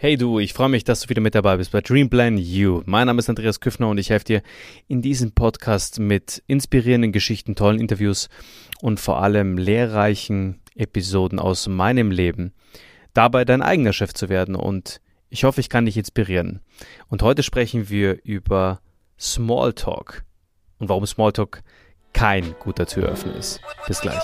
Hey du, ich freue mich, dass du wieder mit dabei bist bei Dreamplan You. Mein Name ist Andreas Küffner und ich helfe dir in diesem Podcast mit inspirierenden Geschichten, tollen Interviews und vor allem lehrreichen Episoden aus meinem Leben, dabei dein eigener Chef zu werden, und ich hoffe, ich kann dich inspirieren. Und heute sprechen wir über Smalltalk und warum Smalltalk kein guter Türöffner ist. Bis gleich.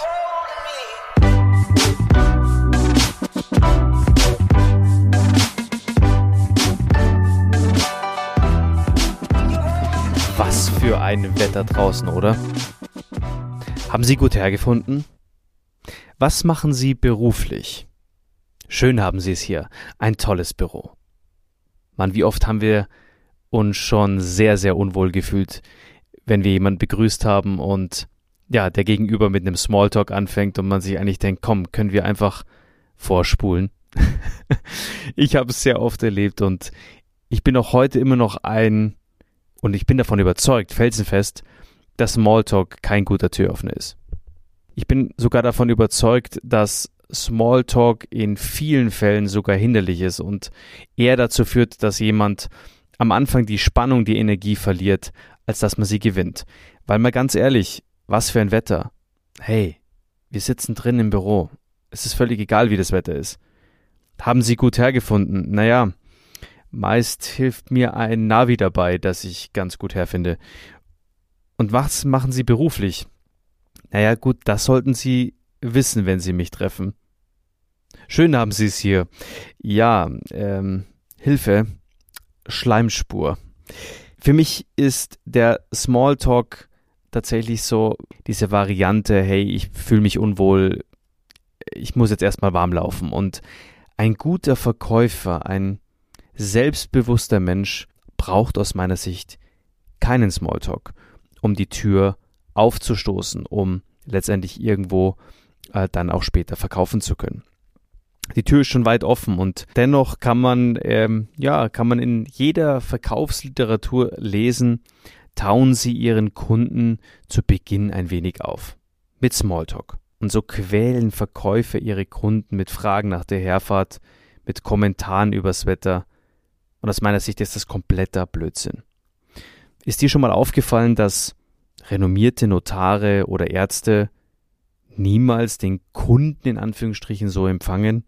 Was für ein Wetter draußen, oder? Haben Sie gut hergefunden? Was machen Sie beruflich? Schön haben Sie es hier. Ein tolles Büro. Mann, wie oft haben wir uns schon sehr, sehr unwohl gefühlt, wenn wir jemanden begrüßt haben und ja, der Gegenüber mit einem Smalltalk anfängt und man sich eigentlich denkt, komm, können wir einfach vorspulen? Ich habe es sehr oft erlebt und ich bin auch heute immer noch und ich bin davon überzeugt, felsenfest, dass Smalltalk kein guter Türöffner ist. Ich bin sogar davon überzeugt, dass Smalltalk in vielen Fällen sogar hinderlich ist und eher dazu führt, dass jemand am Anfang die Spannung, die Energie verliert, als dass man sie gewinnt. Weil mal ganz ehrlich, was für ein Wetter. Hey, wir sitzen drin im Büro. Es ist völlig egal, wie das Wetter ist. Haben Sie gut hergefunden? Naja, meist hilft mir ein Navi dabei, das ich ganz gut herfinde. Und was machen Sie beruflich? Naja gut, das sollten Sie wissen, wenn Sie mich treffen. Schön haben Sie es hier. Ja, Hilfe, Schleimspur. Für mich ist der Smalltalk tatsächlich so diese Variante, hey, ich fühle mich unwohl, ich muss jetzt erstmal warm laufen. Und ein guter Verkäufer, ein selbstbewusster Mensch braucht aus meiner Sicht keinen Smalltalk, um die Tür aufzustoßen, um letztendlich irgendwo dann auch später verkaufen zu können. Die Tür ist schon weit offen und dennoch kann man in jeder Verkaufsliteratur lesen, tauen Sie Ihren Kunden zu Beginn ein wenig auf. Mit Smalltalk. Und so quälen Verkäufer ihre Kunden mit Fragen nach der Herfahrt, mit Kommentaren übers Wetter. Und aus meiner Sicht ist das kompletter Blödsinn. Ist dir schon mal aufgefallen, dass renommierte Notare oder Ärzte niemals den Kunden in Anführungsstrichen so empfangen?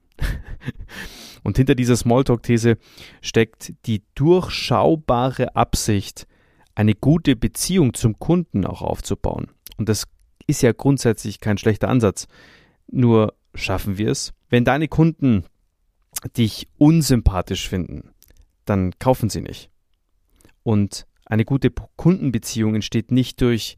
Und hinter dieser Smalltalk-These steckt die durchschaubare Absicht, eine gute Beziehung zum Kunden auch aufzubauen. Und das ist ja grundsätzlich kein schlechter Ansatz. Nur schaffen wir es, wenn deine Kunden dich unsympathisch finden, dann kaufen sie nicht. Und eine gute Kundenbeziehung entsteht nicht durch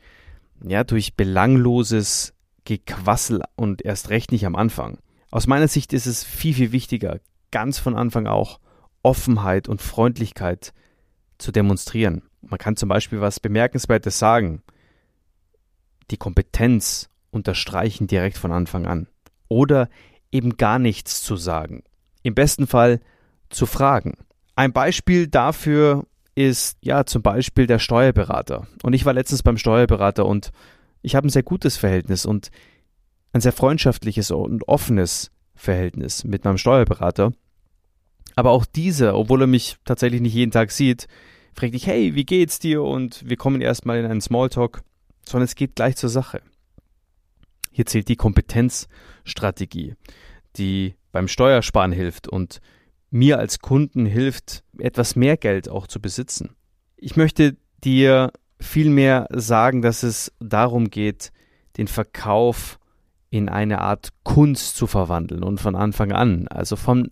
belangloses Gequassel und erst recht nicht am Anfang. Aus meiner Sicht ist es viel, viel wichtiger, ganz von Anfang auch Offenheit und Freundlichkeit zu demonstrieren. Man kann zum Beispiel was Bemerkenswertes sagen, die Kompetenz unterstreichen direkt von Anfang an oder eben gar nichts zu sagen. Im besten Fall zu fragen. Ein Beispiel dafür ist zum Beispiel der Steuerberater. Und ich war letztens beim Steuerberater und ich habe ein sehr gutes Verhältnis und ein sehr freundschaftliches und offenes Verhältnis mit meinem Steuerberater. Aber auch dieser, obwohl er mich tatsächlich nicht jeden Tag sieht, fragt dich, hey, wie geht's dir? Und wir kommen erstmal in einen Smalltalk, sondern es geht gleich zur Sache. Hier zählt die Kompetenzstrategie, die beim Steuersparen hilft und mir als Kunden hilft, etwas mehr Geld auch zu besitzen. Ich möchte dir vielmehr sagen, dass es darum geht, den Verkauf in eine Art Kunst zu verwandeln und von Anfang an, also vom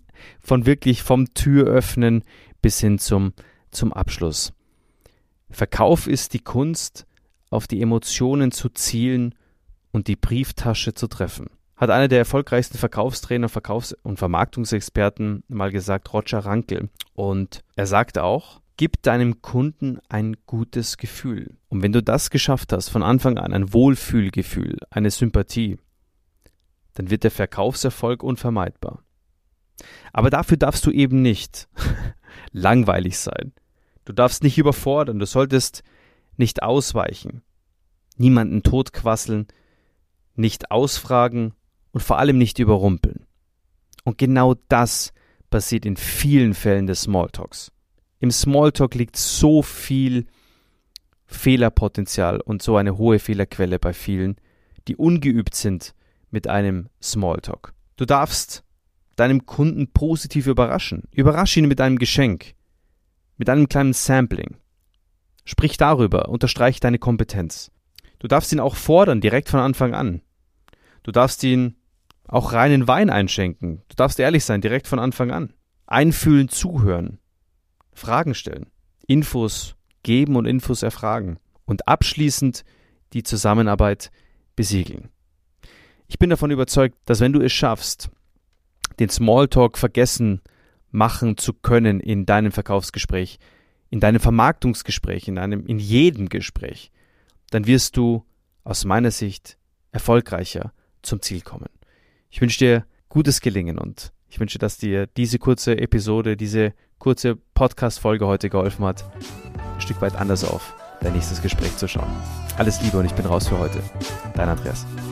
Türöffnen bis hin zum Abschluss. Verkauf ist die Kunst, auf die Emotionen zu zielen und die Brieftasche zu treffen. Hat einer der erfolgreichsten Verkaufstrainer, und Vermarktungsexperten mal gesagt, Roger Rankel. Und er sagte auch, gib deinem Kunden ein gutes Gefühl. Und wenn du das geschafft hast, von Anfang an ein Wohlfühlgefühl, eine Sympathie, dann wird der Verkaufserfolg unvermeidbar. Aber dafür darfst du eben nicht langweilig sein. Du darfst nicht überfordern, du solltest nicht ausweichen, niemanden totquasseln, nicht ausfragen und vor allem nicht überrumpeln. Und genau das basiert in vielen Fällen des Smalltalks. Im Smalltalk liegt so viel Fehlerpotenzial und so eine hohe Fehlerquelle bei vielen, die ungeübt sind mit einem Smalltalk. Du darfst deinem Kunden positiv überraschen. Überrasche ihn mit einem Geschenk, mit einem kleinen Sampling. Sprich darüber, unterstreich deine Kompetenz. Du darfst ihn auch fordern, direkt von Anfang an. Du darfst ihn auch reinen Wein einschenken. Du darfst ehrlich sein, direkt von Anfang an. Einfühlen, zuhören, Fragen stellen, Infos geben und Infos erfragen und abschließend die Zusammenarbeit besiegeln. Ich bin davon überzeugt, dass wenn du es schaffst, den Smalltalk vergessen machen zu können in deinem Verkaufsgespräch, in deinem Vermarktungsgespräch, in jedem Gespräch, dann wirst du aus meiner Sicht erfolgreicher zum Ziel kommen. Ich wünsche dir gutes Gelingen und ich wünsche, dass dir diese kurze Episode, diese kurze Podcast-Folge heute geholfen hat, ein Stück weit anders auf dein nächstes Gespräch zu schauen. Alles Liebe und ich bin raus für heute. Dein Andreas.